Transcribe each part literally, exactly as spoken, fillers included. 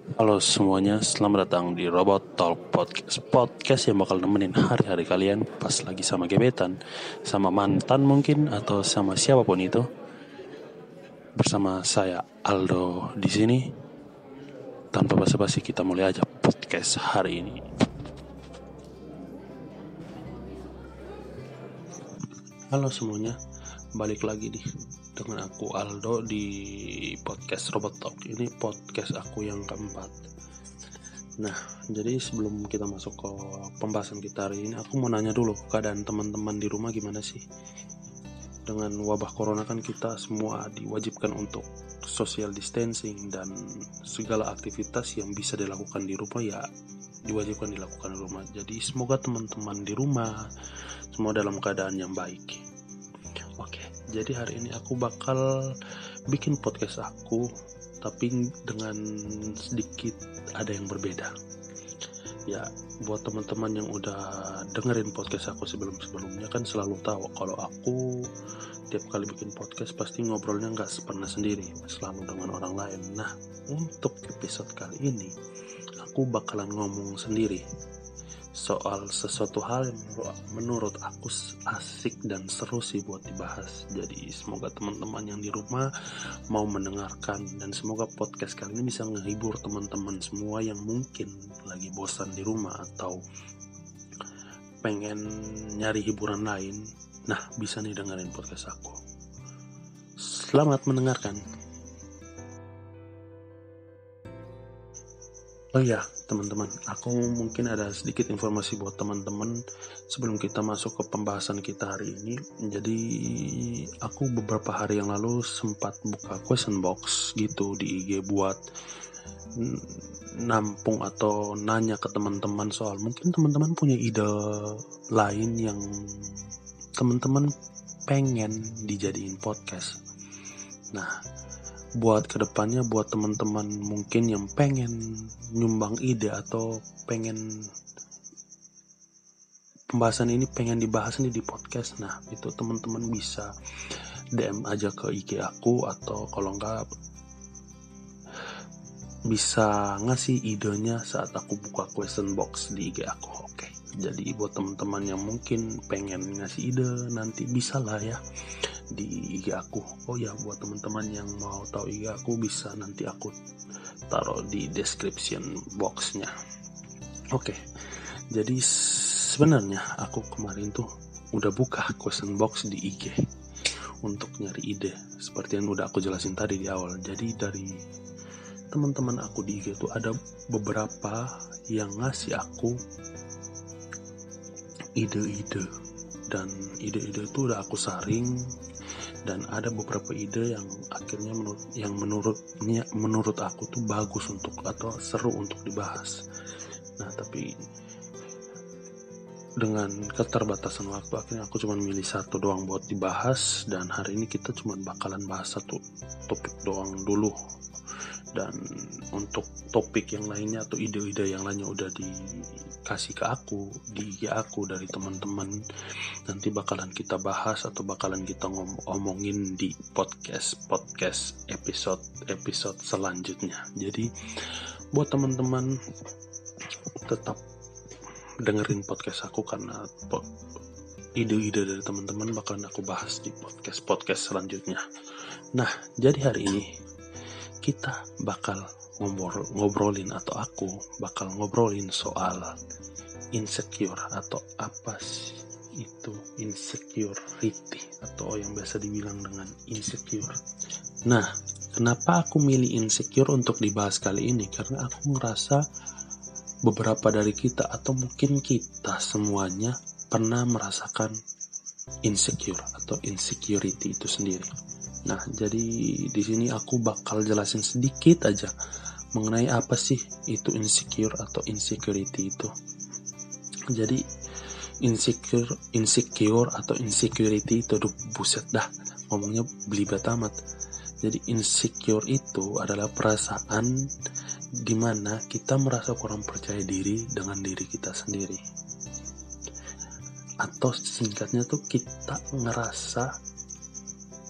Halo semuanya, selamat datang di Robot Talk Podcast. Podcast yang bakal nemenin hari-hari kalian pas lagi sama gebetan, sama mantan mungkin, atau sama siapapun itu. Bersama saya Aldo di sini. Tanpa basa-basi kita mulai aja podcast hari ini. Halo semuanya, balik lagi nih dengan aku Aldo di podcast Robot Talk. Ini podcast aku yang keempat. Nah, jadi sebelum kita masuk ke pembahasan kita hari ini, aku mau nanya dulu keadaan teman-teman di rumah gimana sih? Dengan wabah corona kan kita semua diwajibkan untuk social distancing dan segala aktivitas yang bisa dilakukan di rumah ya diwajibkan dilakukan di rumah. Jadi semoga teman-teman di rumah semua dalam keadaan yang baik. Oke, jadi hari ini aku bakal bikin podcast aku tapi dengan sedikit ada yang berbeda. Ya, buat teman-teman yang udah dengerin podcast aku sebelum-sebelumnya kan selalu tahu kalau aku tiap kali bikin podcast pasti ngobrolnya nggak pernah sendiri, selalu dengan orang lain. Nah, untuk episode kali ini aku bakalan ngomong sendiri soal sesuatu hal yang menurut aku asik dan seru sih buat dibahas. Jadi semoga teman-teman yang di rumah mau mendengarkan dan semoga podcast kali ini bisa menghibur teman-teman semua yang mungkin lagi bosan di rumah atau pengen nyari hiburan lain. Nah, bisa nih dengerin podcast aku. Selamat mendengarkan. Oh iya, teman-teman, aku mungkin ada sedikit informasi buat teman-teman sebelum kita masuk ke pembahasan kita hari ini. Jadi, aku beberapa hari yang lalu sempat buka question box gitu di I G buat nampung atau nanya ke teman-teman soal mungkin teman-teman punya ide lain yang teman-teman pengen dijadiin podcast. Nah, buat kedepannya buat teman-teman mungkin yang pengen nyumbang ide atau pengen pembahasan ini pengen dibahas nih di podcast, nah itu teman-teman bisa D M aja ke I G aku atau kalau enggak bisa ngasih idenya saat aku buka question box di I G aku. Oke, jadi buat teman-teman yang mungkin pengen ngasih ide nanti bisa lah ya di I G aku. Oh ya, buat teman-teman yang mau tahu I G aku bisa nanti aku taruh di description boxnya. Oke, jadi sebenarnya aku kemarin tuh udah buka question box di I G untuk nyari ide seperti yang udah aku jelasin tadi di awal. Jadi dari teman-teman aku di I G tuh ada beberapa yang ngasih aku ide-ide dan ide-ide itu udah aku saring. Dan ada beberapa ide yang akhirnya menurut yang menurutnya menurut aku tuh bagus untuk atau seru untuk dibahas. Nah, tapi dengan keterbatasan waktu akhirnya aku cuma milih satu doang buat dibahas dan hari ini kita cuma bakalan bahas satu topik doang dulu. Dan untuk topik yang lainnya atau ide-ide yang lainnya udah dikasih ke aku di I G aku dari teman-teman, nanti bakalan kita bahas atau bakalan kita ngomongin di podcast podcast episode episode selanjutnya. Jadi buat teman-teman tetap dengerin podcast aku karena ide-ide dari teman-teman bakalan aku bahas di podcast podcast selanjutnya. Nah, jadi hari ini kita bakal ngobrol, ngobrolin atau aku bakal ngobrolin soal insecure atau apa sih itu insecurity atau yang biasa dibilang dengan insecure. Nah, kenapa aku milih insecure untuk dibahas kali ini? Karena aku ngerasa beberapa dari kita atau mungkin kita semuanya pernah merasakan insecure atau insecurity itu sendiri. Nah, jadi di sini aku bakal jelasin sedikit aja mengenai apa sih itu insecure atau insecurity itu. Jadi insecure, insecure atau insecurity itu, aduh buset dah ngomongnya belibet amat. Jadi insecure itu adalah perasaan dimana kita merasa kurang percaya diri dengan diri kita sendiri. Atau singkatnya tuh kita ngerasa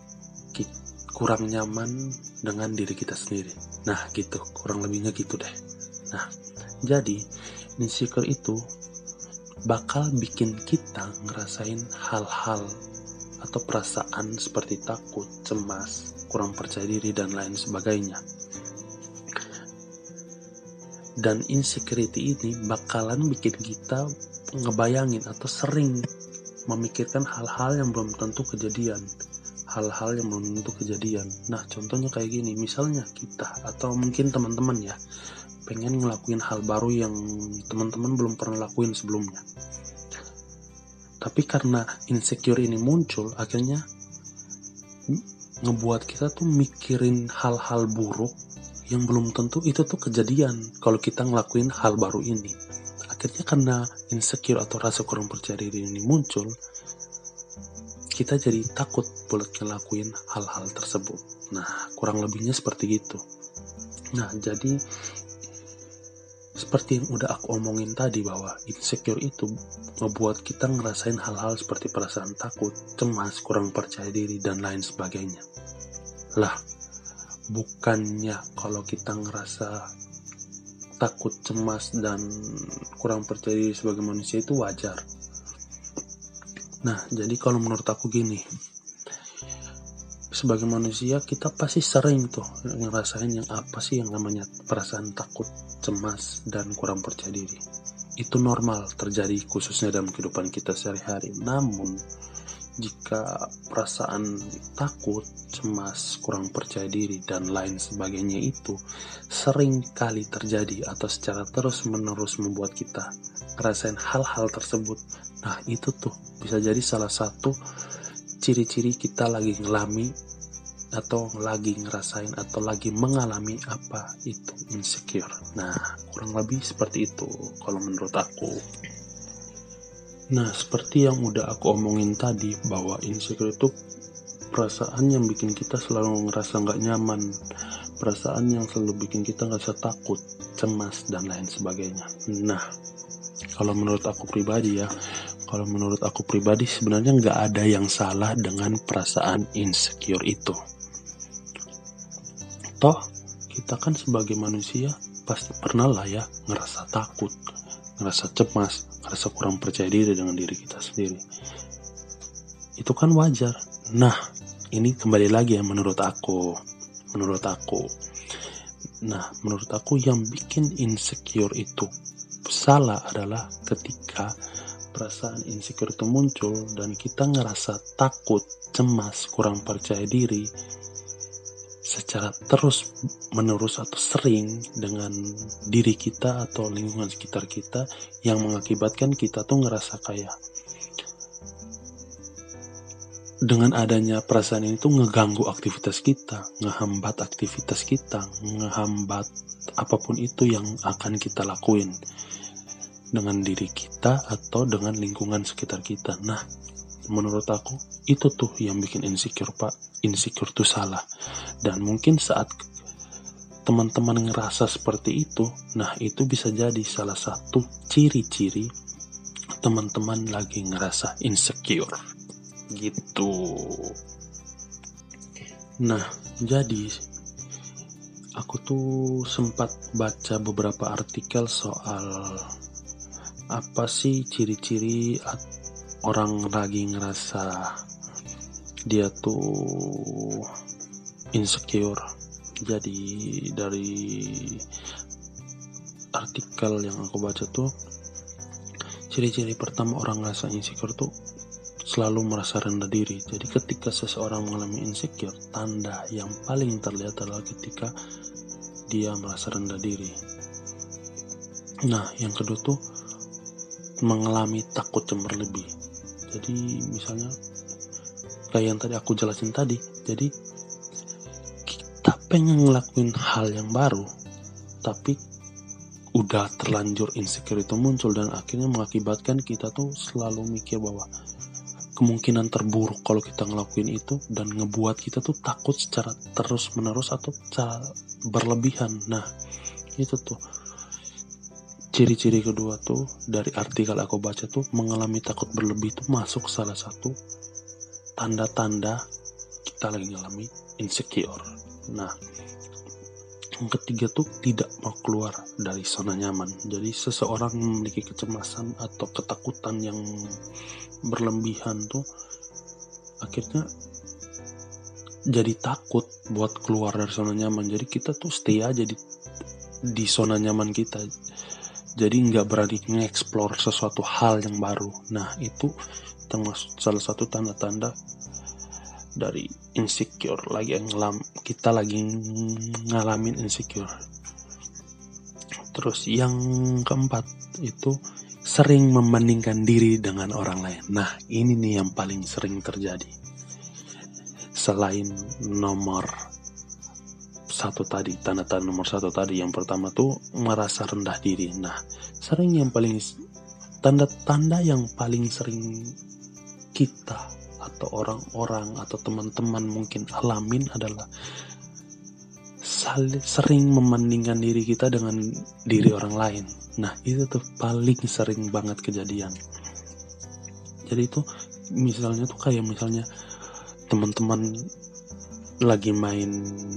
kurang nyaman dengan diri kita sendiri. Nah gitu, kurang lebihnya gitu deh. Nah, jadi insecure itu bakal bikin kita ngerasain hal-hal atau perasaan seperti takut, cemas, kurang percaya diri, dan lain sebagainya. Dan insecurity ini bakalan bikin kita ngebayangin atau sering memikirkan hal-hal yang belum tentu kejadian. Hal-hal yang belum tentu kejadian. Nah, contohnya kayak gini. Misalnya kita atau mungkin teman-teman ya, pengen ngelakuin hal baru yang teman-teman belum pernah lakuin sebelumnya. Tapi karena insecure ini muncul, akhirnya ngebuat kita tuh mikirin hal-hal buruk yang belum tentu itu tuh kejadian kalau kita ngelakuin hal baru ini. Akhirnya karena insecure atau rasa kurang percaya diri ini muncul, kita jadi takut buat ngelakuin hal-hal tersebut. Nah, kurang lebihnya seperti gitu. Nah, jadi seperti yang udah aku omongin tadi, bahwa insecure itu ngebuat kita ngerasain hal-hal seperti perasaan takut, cemas, kurang percaya diri, dan lain sebagainya. Lah, bukannya kalau kita ngerasa takut, cemas, dan kurang percaya diri sebagai manusia itu wajar. Nah, jadi kalau menurut aku gini, sebagai manusia kita pasti sering tuh ngerasain yang apa sih yang namanya perasaan takut, cemas, dan kurang percaya diri. Itu normal terjadi khususnya dalam kehidupan kita sehari-hari. Namun jika perasaan takut, cemas, kurang percaya diri, dan lain sebagainya itu sering kali terjadi atau secara terus-menerus membuat kita ngerasain hal-hal tersebut, nah itu tuh bisa jadi salah satu ciri-ciri kita lagi ngelami atau lagi ngerasain atau lagi mengalami apa itu insecure. Nah, kurang lebih seperti itu kalau menurut aku. Nah, seperti yang udah aku omongin tadi, bahwa insecure itu perasaan yang bikin kita selalu ngerasa gak nyaman, perasaan yang selalu bikin kita ngerasa takut, cemas, dan lain sebagainya. Nah, kalau menurut aku pribadi ya, kalau menurut aku pribadi sebenarnya gak ada yang salah dengan perasaan insecure itu. Toh, kita kan sebagai manusia pasti pernah lah ya ngerasa takut, ngerasa cemas, ngerasa kurang percaya diri dengan diri kita sendiri. Itu kan wajar. Nah, ini kembali lagi ya menurut aku. Menurut aku. Nah, menurut aku yang bikin insecure itu salah adalah ketika perasaan insecure itu muncul dan kita ngerasa takut, cemas, kurang percaya diri secara terus menerus atau sering dengan diri kita atau lingkungan sekitar kita, yang mengakibatkan kita tuh ngerasa kayak dengan adanya perasaan ini tuh ngeganggu aktivitas kita, ngehambat aktivitas kita, ngehambat apapun itu yang akan kita lakuin dengan diri kita atau dengan lingkungan sekitar kita. Nah, menurut aku itu tuh yang bikin insecure, Pak. Insecure tuh salah. Dan mungkin saat teman-teman ngerasa seperti itu, nah itu bisa jadi salah satu ciri-ciri teman-teman lagi ngerasa insecure gitu. Nah, jadi aku tuh sempat baca beberapa artikel soal apa sih ciri-ciri orang lagi ngerasa dia tuh insecure. Jadi dari artikel yang aku baca tuh, ciri-ciri pertama orang ngerasa insecure tuh selalu merasa rendah diri. Jadi ketika seseorang mengalami insecure, tanda yang paling terlihat adalah ketika dia merasa rendah diri. Nah, yang kedua tuh mengalami takut yang berlebih. Jadi misalnya kayak yang tadi aku jelasin tadi, jadi kita pengen ngelakuin hal yang baru, tapi udah terlanjur insecure itu muncul dan akhirnya mengakibatkan kita tuh selalu mikir bahwa kemungkinan terburuk kalau kita ngelakuin itu, dan ngebuat kita tuh takut secara terus menerus atau secara berlebihan. Nah, itu tuh ciri-ciri kedua tuh dari artikel aku baca tuh, mengalami takut berlebih tuh masuk salah satu tanda-tanda kita lagi ngalami insecure. Nah, Yang ketiga tuh tidak mau keluar dari zona nyaman. Jadi seseorang memiliki kecemasan atau ketakutan yang berlebihan tuh akhirnya jadi takut buat keluar dari zona nyaman. Jadi kita tuh stay aja di di zona nyaman kita. Jadi nggak berani nge-explore sesuatu hal yang baru. Nah itu termasuk salah satu tanda-tanda dari insecure, lagi ngelam kita lagi ngalamin insecure. Terus yang keempat itu sering membandingkan diri dengan orang lain. Nah ini nih yang paling sering terjadi. Selain nomor satu tadi, tanda-tanda nomor satu tadi, yang pertama tuh merasa rendah diri. Nah sering yang paling tanda-tanda yang paling sering kita atau orang-orang atau teman-teman mungkin alamin adalah saling, sering membandingkan diri kita dengan diri orang lain. Nah itu tuh paling sering banget kejadian. Jadi itu misalnya tuh kayak misalnya teman-teman lagi main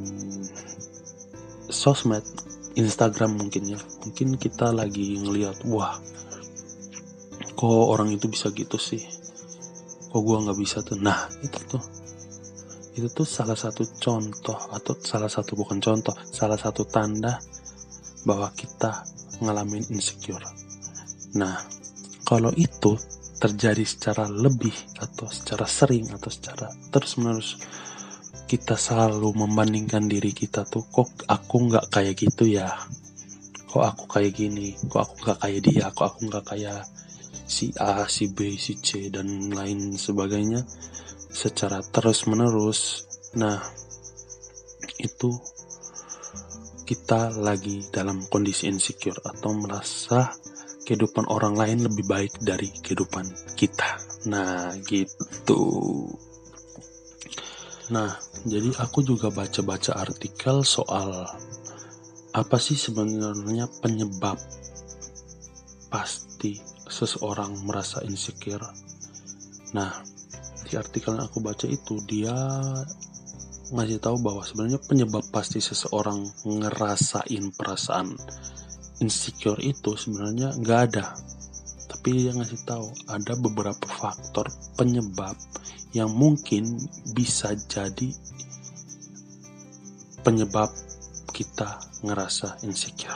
sosmed, Instagram mungkin ya, mungkin kita lagi ngelihat, wah kok orang itu bisa gitu sih, kok gua nggak bisa tuh. Nah itu tuh itu tuh salah satu contoh, atau salah satu bukan contoh, salah satu tanda bahwa kita ngalamin insecure. Nah kalau itu terjadi secara lebih atau secara sering atau secara terus menerus, kita selalu membandingkan diri kita tuh, kok aku nggak kayak gitu ya, kok aku kayak gini, kok aku nggak kayak dia, kok aku nggak kayak si A, si B, si C dan lain sebagainya secara terus menerus. Nah itu kita lagi dalam kondisi insecure atau merasa kehidupan orang lain lebih baik dari kehidupan kita. Nah gitu. Nah jadi aku juga baca-baca artikel soal apa sih sebenarnya penyebab pasti seseorang merasa insecure. Nah di artikel yang aku baca itu dia ngasih tahu bahwa sebenarnya penyebab pasti seseorang ngerasain perasaan insecure itu sebenarnya nggak ada, tapi dia ngasih tahu ada beberapa faktor penyebab yang mungkin bisa jadi penyebab kita ngerasa insecure.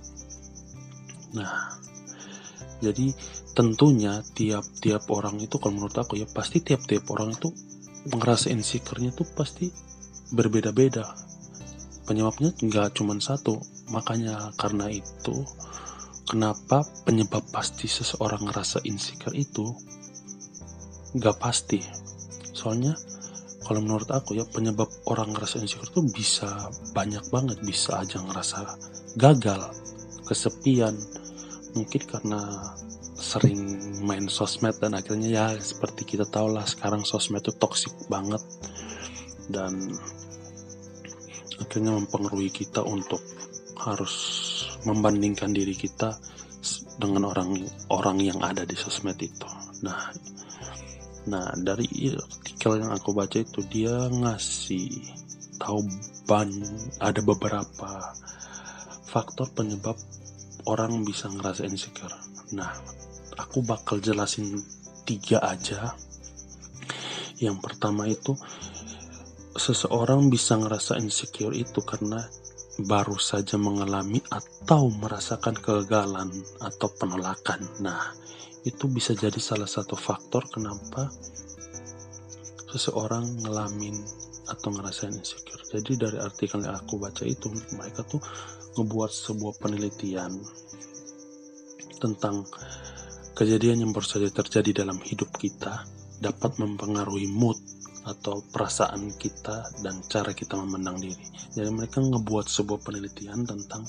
Nah jadi tentunya tiap-tiap orang itu, kalau menurut aku ya, pasti tiap-tiap orang itu ngerasa insecure-nya tuh pasti berbeda-beda. Penyebabnya nggak cuma satu. Makanya karena itu, kenapa penyebab pasti seseorang ngerasa insecure itu nggak pasti. Soalnya kalau menurut aku ya, penyebab orang ngerasa insecure itu bisa banyak banget. Bisa aja ngerasa gagal, kesepian, mungkin karena sering main sosmed dan akhirnya ya seperti kita tahu lah sekarang sosmed itu toksik banget dan akhirnya mempengaruhi kita untuk harus membandingkan diri kita dengan orang-orang yang ada di sosmed itu. Nah, nah dari artikel yang aku baca itu dia ngasih tahu ban ada beberapa faktor penyebab orang bisa ngerasa insecure. Nah, aku bakal jelasin tiga aja. Yang pertama itu, seseorang bisa ngerasa insecure itu karena baru saja mengalami atau merasakan kegagalan atau penolakan. Nah, itu bisa jadi salah satu faktor kenapa seseorang ngalamin atau ngerasain insecure. Jadi dari artikel yang aku baca itu, mereka tuh ngebuat sebuah penelitian tentang kejadian yang baru saja terjadi dalam hidup kita dapat mempengaruhi mood atau perasaan kita dan cara kita memandang diri. Jadi mereka ngebuat sebuah penelitian tentang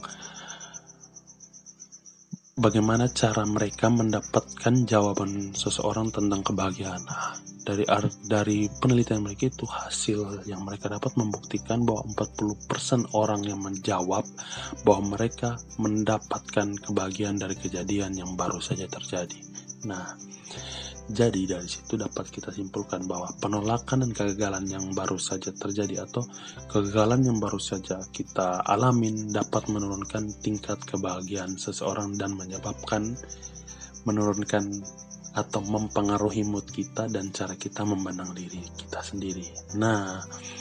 bagaimana cara mereka mendapatkan jawaban seseorang tentang kebahagiaan. Nah, dari dari penelitian mereka itu, hasil yang mereka dapat membuktikan bahwa empat puluh persen orang yang menjawab bahwa mereka mendapatkan kebahagiaan dari kejadian yang baru saja terjadi. Nah, Jadi dari situ dapat kita simpulkan bahwa penolakan dan kegagalan yang baru saja terjadi atau kegagalan yang baru saja kita alamin dapat menurunkan tingkat kebahagiaan seseorang dan menyebabkan menurunkan atau mempengaruhi mood kita dan cara kita memandang diri kita sendiri. Nah,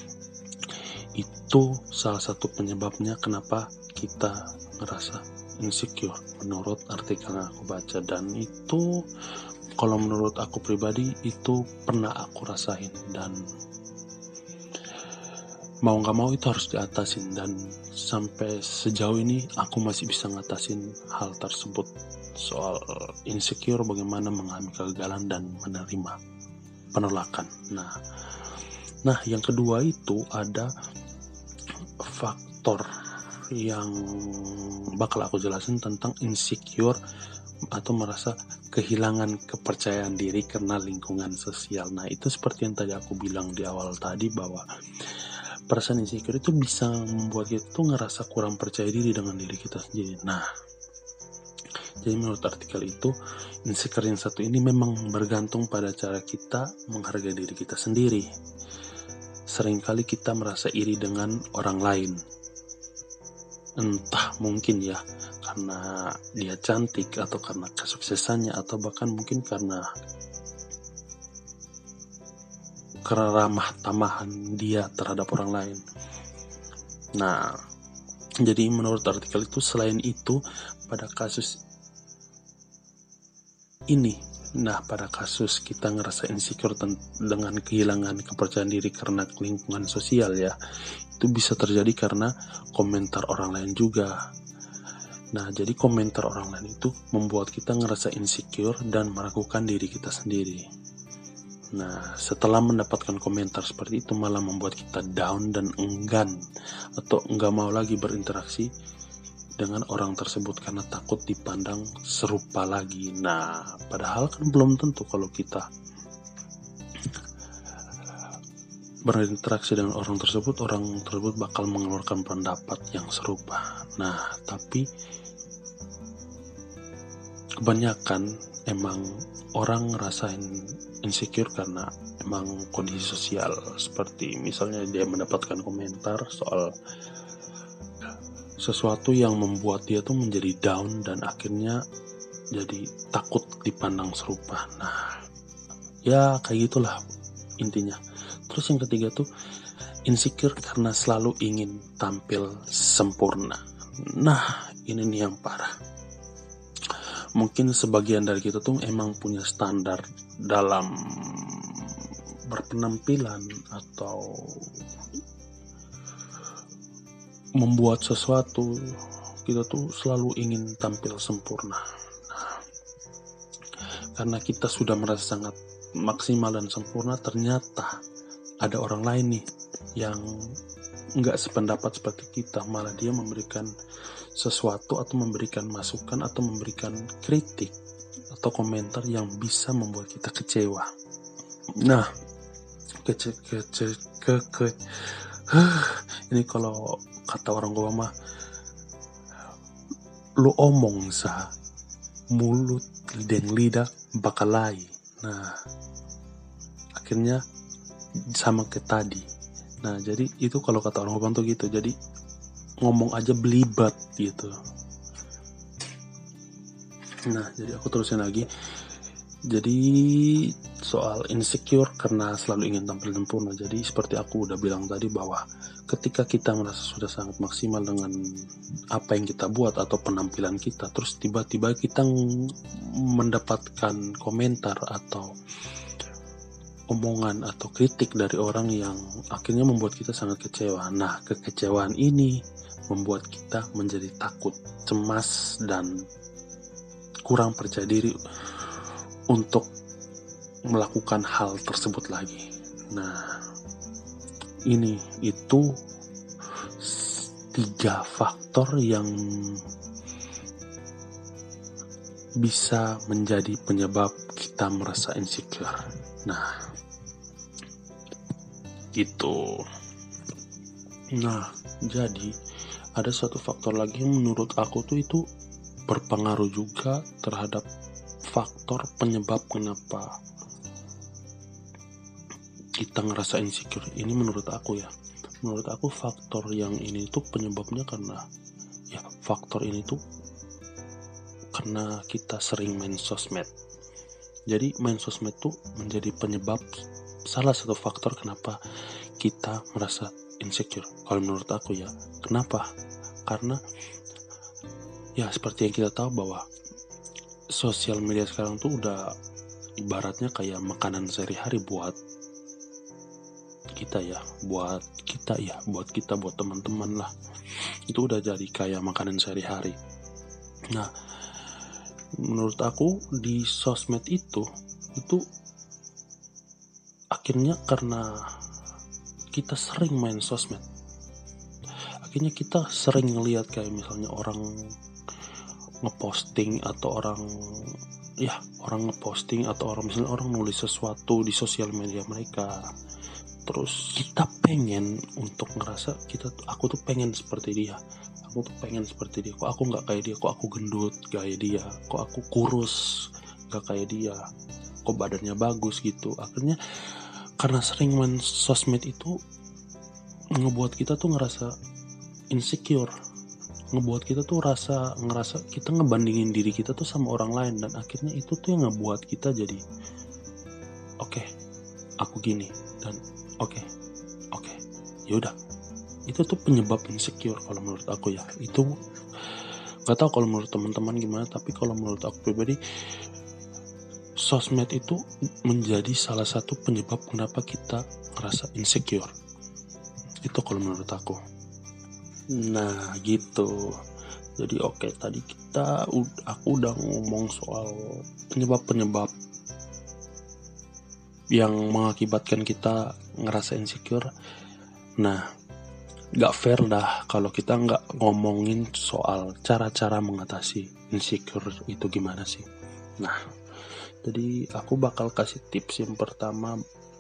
itu salah satu penyebabnya kenapa kita ngerasa insecure menurut artikel yang aku baca, dan itu kalau menurut aku pribadi itu pernah aku rasain, dan mau gak mau itu harus diatasin, dan sampai sejauh ini aku masih bisa ngatasin hal tersebut. Soal insecure, bagaimana mengalami kegagalan dan menerima penolakan. Nah, nah yang kedua itu ada faktor yang bakal aku jelasin tentang insecure atau merasa kehilangan kepercayaan diri karena lingkungan sosial. Nah, itu seperti yang tadi aku bilang di awal tadi, bahwa perasaan insecure itu bisa membuat kita tuh ngerasa kurang percaya diri dengan diri kita sendiri. Nah, jadi menurut artikel itu, insecure yang satu ini memang bergantung pada cara kita menghargai diri kita sendiri. Seringkali kita merasa iri dengan orang lain. Entah mungkin ya karena dia cantik, atau karena kesuksesannya, atau bahkan mungkin karena keramah tamahan dia terhadap orang lain. Nah, jadi menurut artikel itu, selain itu pada kasus ini, nah pada kasus kita ngerasa insecure ten- dengan kehilangan kepercayaan diri karena lingkungan sosial ya, itu bisa terjadi karena komentar orang lain juga. Nah, jadi komentar orang lain itu membuat kita ngerasa insecure dan meragukan diri kita sendiri. Nah, setelah mendapatkan komentar seperti itu malah membuat kita down dan enggan atau enggak mau lagi berinteraksi dengan orang tersebut karena takut dipandang serupa lagi. Nah, padahal kan belum tentu kalau kita berinteraksi dengan orang tersebut, orang tersebut bakal mengeluarkan pendapat yang serupa. Nah, tapi kebanyakan emang orang ngerasain insecure karena emang kondisi sosial, seperti misalnya dia mendapatkan komentar soal sesuatu yang membuat dia tuh menjadi down dan akhirnya jadi takut dipandang serupa. Nah, ya kayak gitulah intinya. Terus yang ketiga tuh insecure karena selalu ingin tampil sempurna. Nah, ini nih yang parah. Mungkin sebagian dari kita tuh emang punya standar dalam berpenampilan atau membuat sesuatu, kita tuh selalu ingin tampil sempurna. Nah, karena kita sudah merasa sangat maksimal dan sempurna, ternyata ada orang lain nih yang nggak sependapat seperti kita, malah dia memberikan sesuatu atau memberikan masukan atau memberikan kritik atau komentar yang bisa membuat kita kecewa. Nah, kece kece ke ke huh, ini kalau kata orang gua mah, lu omong sa mulut lideng lidah bakalai. Nah, akhirnya sama ke tadi. Nah, jadi itu kalau kata orang Jepang tuh gitu. Jadi ngomong aja belibet gitu. Nah, jadi aku terusin lagi. Jadi soal insecure karena selalu ingin tampil sempurna. Jadi seperti aku udah bilang tadi, bahwa ketika kita merasa sudah sangat maksimal dengan apa yang kita buat atau penampilan kita, terus tiba-tiba kita mendapatkan komentar atau omongan atau kritik dari orang yang akhirnya membuat kita sangat kecewa. Nah, kekecewaan ini membuat kita menjadi takut, cemas, dan kurang percaya diri untuk melakukan hal tersebut lagi. Nah, ini itu tiga faktor yang bisa menjadi penyebab kita merasa insecure. Nah, gitu. Nah, jadi ada satu faktor lagi yang menurut aku tuh itu berpengaruh juga terhadap faktor penyebab kenapa kita ngerasa insecure. Ini menurut aku ya. Menurut aku faktor yang ini tuh penyebabnya karena ya faktor ini tuh karena kita sering main sosmed. Jadi main sosmed tuh menjadi penyebab, salah satu faktor kenapa kita merasa insecure. Kalau menurut aku ya. Kenapa? Karena ya seperti yang kita tahu bahwa sosial media sekarang tuh udah ibaratnya kayak makanan sehari-hari buat kita ya, buat kita ya, buat kita, buat teman-teman lah. Itu udah jadi kayak makanan sehari-hari. Nah, menurut aku di sosmed itu, itu akhirnya karena kita sering main sosmed, akhirnya kita sering ngelihat kayak misalnya orang ngeposting atau orang ya orang ngeposting atau orang misalnya orang nulis sesuatu di sosial media mereka, terus kita pengen untuk ngerasa kita aku tuh pengen seperti dia, aku tuh pengen seperti dia, kok aku nggak kayak dia, kok aku gendut kayak dia, kok aku kurus nggak kayak dia, kok badannya bagus gitu. Akhirnya karena sering main sosmed itu ngebuat kita tuh ngerasa insecure, ngebuat kita tuh rasa ngerasa kita ngebandingin diri kita tuh sama orang lain, dan akhirnya itu tuh yang ngebuat kita jadi oke okay, aku gini, dan oke okay, oke okay, yaudah. Itu tuh penyebab insecure kalau menurut aku ya. Itu nggak tahu kalau menurut teman-teman gimana, tapi kalau menurut aku pribadi sosmed itu menjadi salah satu penyebab kenapa kita ngerasa insecure. Itu kalau menurut aku. Nah gitu. Jadi oke okay, tadi kita aku udah ngomong soal penyebab-penyebab yang mengakibatkan kita ngerasa insecure. Nah, gak fair dah kalau kita gak ngomongin soal cara-cara mengatasi insecure itu gimana sih. Nah, jadi aku bakal kasih tips. Yang pertama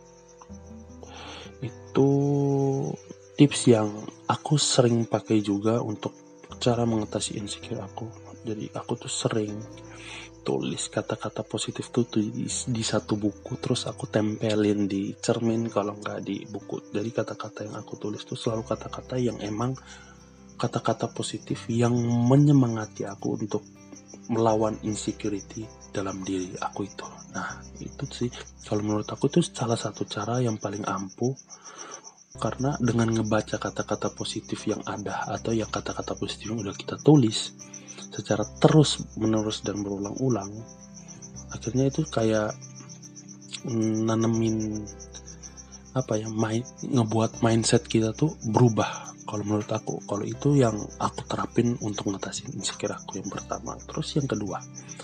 itu tips yang aku sering pakai juga untuk cara mengatasi insecure aku. Jadi aku tuh sering tulis kata-kata positif tuh di, di satu buku, terus aku tempelin di cermin kalau nggak di buku. Jadi kata-kata yang aku tulis tuh selalu kata-kata yang emang kata-kata positif yang menyemangati aku untuk melawan insecurity dalam diri aku itu. Nah itu sih kalau menurut aku tuh salah satu cara yang paling ampuh, karena dengan ngebaca kata-kata positif yang ada atau yang kata-kata positif yang udah kita tulis secara terus menerus dan berulang-ulang, akhirnya itu kayak nanemin apa ya, main, ngebuat mindset kita tuh berubah. Kalau menurut aku, kalau itu yang aku terapin untuk ngatasin insecure aku yang pertama. Terus yang kedua,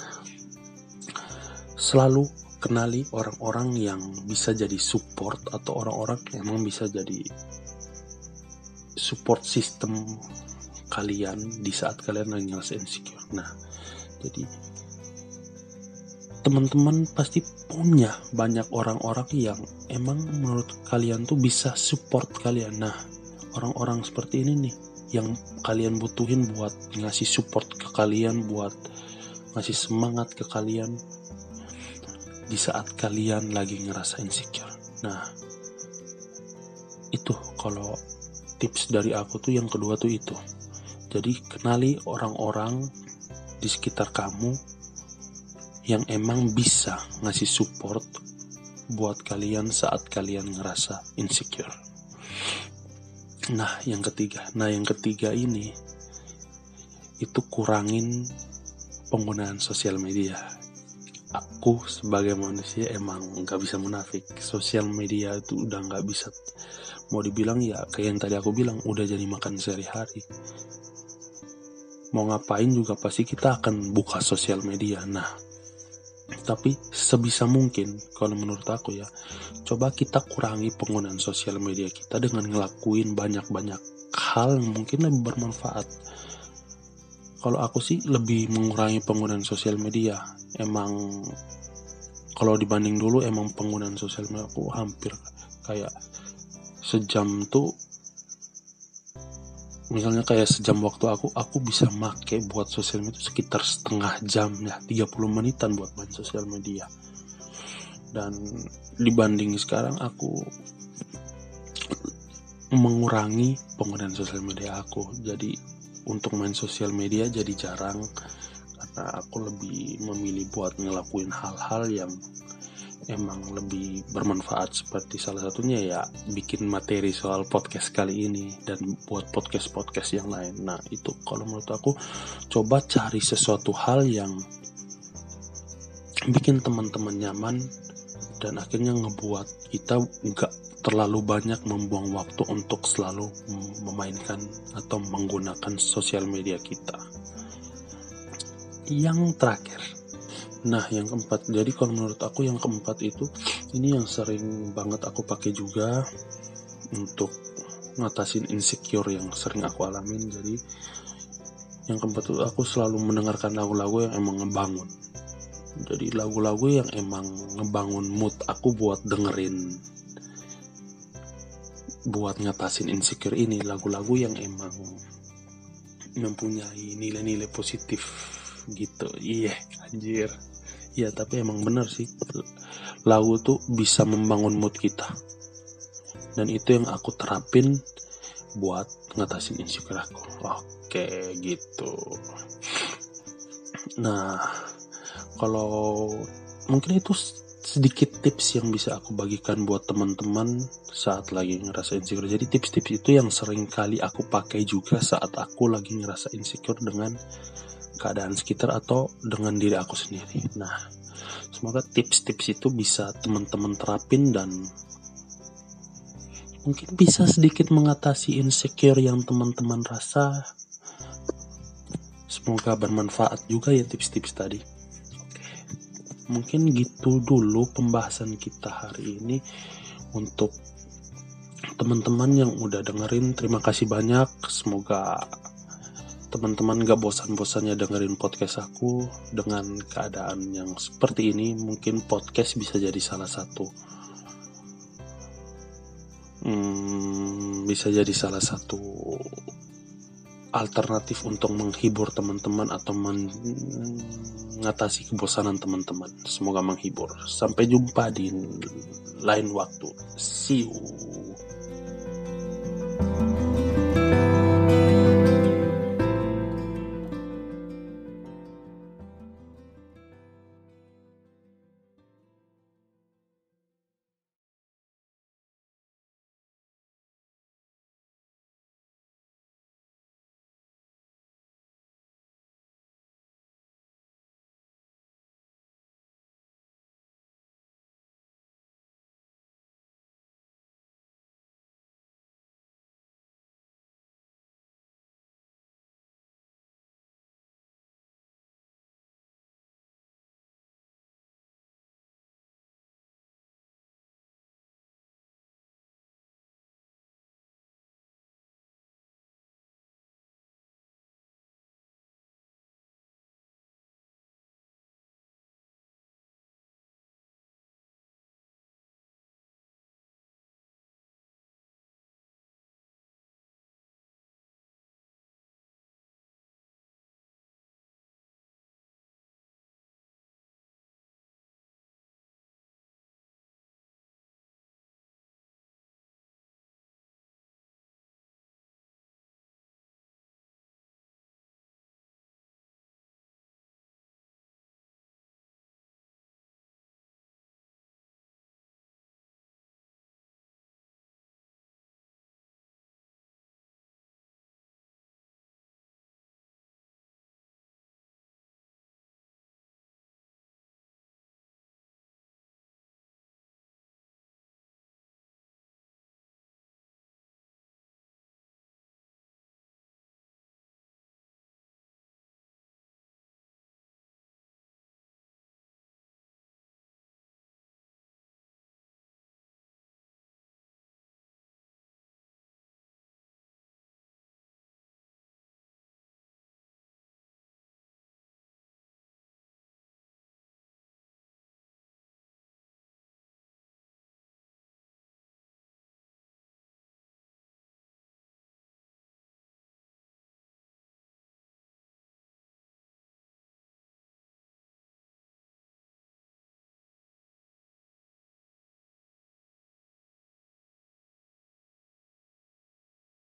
selalu kenali orang-orang yang bisa jadi support atau orang-orang yang emang bisa jadi support system kalian di saat kalian lagi ngerasa insecure. Nah, jadi teman-teman pasti punya banyak orang-orang yang emang menurut kalian tuh bisa support kalian. Nah, orang-orang seperti ini nih yang kalian butuhin buat ngasih support ke kalian, buat ngasih semangat ke kalian di saat kalian lagi ngerasa insecure. Nah, itu kalau tips dari aku tuh yang kedua tuh itu. Jadi kenali orang-orang di sekitar kamu yang emang bisa ngasih support buat kalian saat kalian ngerasa insecure. Nah, yang ketiga, nah yang ketiga ini itu kurangin penggunaan sosial media. Aku sebagai manusia emang gak bisa munafik, sosial media itu udah gak bisa, mau dibilang ya kayak yang tadi aku bilang, udah jadi makan sehari-hari. Mau ngapain juga pasti kita akan buka sosial media. Nah, tapi sebisa mungkin kalau menurut aku ya, coba kita kurangi penggunaan sosial media kita dengan ngelakuin banyak-banyak hal yang mungkin lebih bermanfaat. Kalau aku sih lebih mengurangi penggunaan sosial media. Emang kalau dibanding dulu, emang penggunaan sosial media aku hampir kayak sejam tuh misalnya kayak sejam waktu aku aku bisa make buat sosial media sekitar setengah jam ya, tiga puluh menitan buat main sosial media. Dan dibanding sekarang aku mengurangi penggunaan sosial media aku. Jadi untuk main sosial media jadi jarang, karena aku lebih memilih buat ngelakuin hal-hal yang emang lebih bermanfaat, seperti salah satunya ya bikin materi soal podcast kali ini dan buat podcast-podcast yang lain. Nah itu kalau menurut aku, coba cari sesuatu hal yang bikin teman-teman nyaman dan akhirnya ngebuat kita nggak terlalu banyak membuang waktu untuk selalu memainkan atau menggunakan sosial media kita. Yang terakhir, nah yang keempat, jadi kalau menurut aku yang keempat itu, ini yang sering banget aku pakai juga untuk ngatasin insecure yang sering aku alamin. Jadi yang keempat itu, aku selalu mendengarkan lagu-lagu yang emang ngebangun. Jadi lagu-lagu yang emang ngebangun mood aku buat dengerin, buat ngatasin insecure ini. Lagu-lagu yang emang mempunyai nilai-nilai positif gitu. Iya, anjir. Ya tapi emang bener sih, lagu tuh bisa membangun mood kita. Dan itu yang aku terapin buat ngatasin insecure aku. Oke gitu. Nah kalau mungkin itu sedikit tips yang bisa aku bagikan buat teman-teman saat lagi ngerasa insecure. Jadi tips-tips itu yang sering kali aku pakai juga saat aku lagi ngerasa insecure dengan keadaan sekitar atau dengan diri aku sendiri. Nah, semoga tips-tips itu bisa teman-teman terapin dan mungkin bisa sedikit mengatasi insecure yang teman-teman rasa. Semoga bermanfaat juga ya tips-tips tadi. Oke, mungkin gitu dulu pembahasan kita hari ini. Untuk teman-teman yang udah dengerin, terima kasih banyak. Semoga teman-teman gak bosan-bosannya dengerin podcast aku. Dengan keadaan yang seperti ini, mungkin podcast bisa jadi salah satu hmm, bisa jadi salah satu alternatif untuk menghibur teman-teman atau mengatasi kebosanan teman-teman. Semoga menghibur. Sampai jumpa di lain waktu. See you.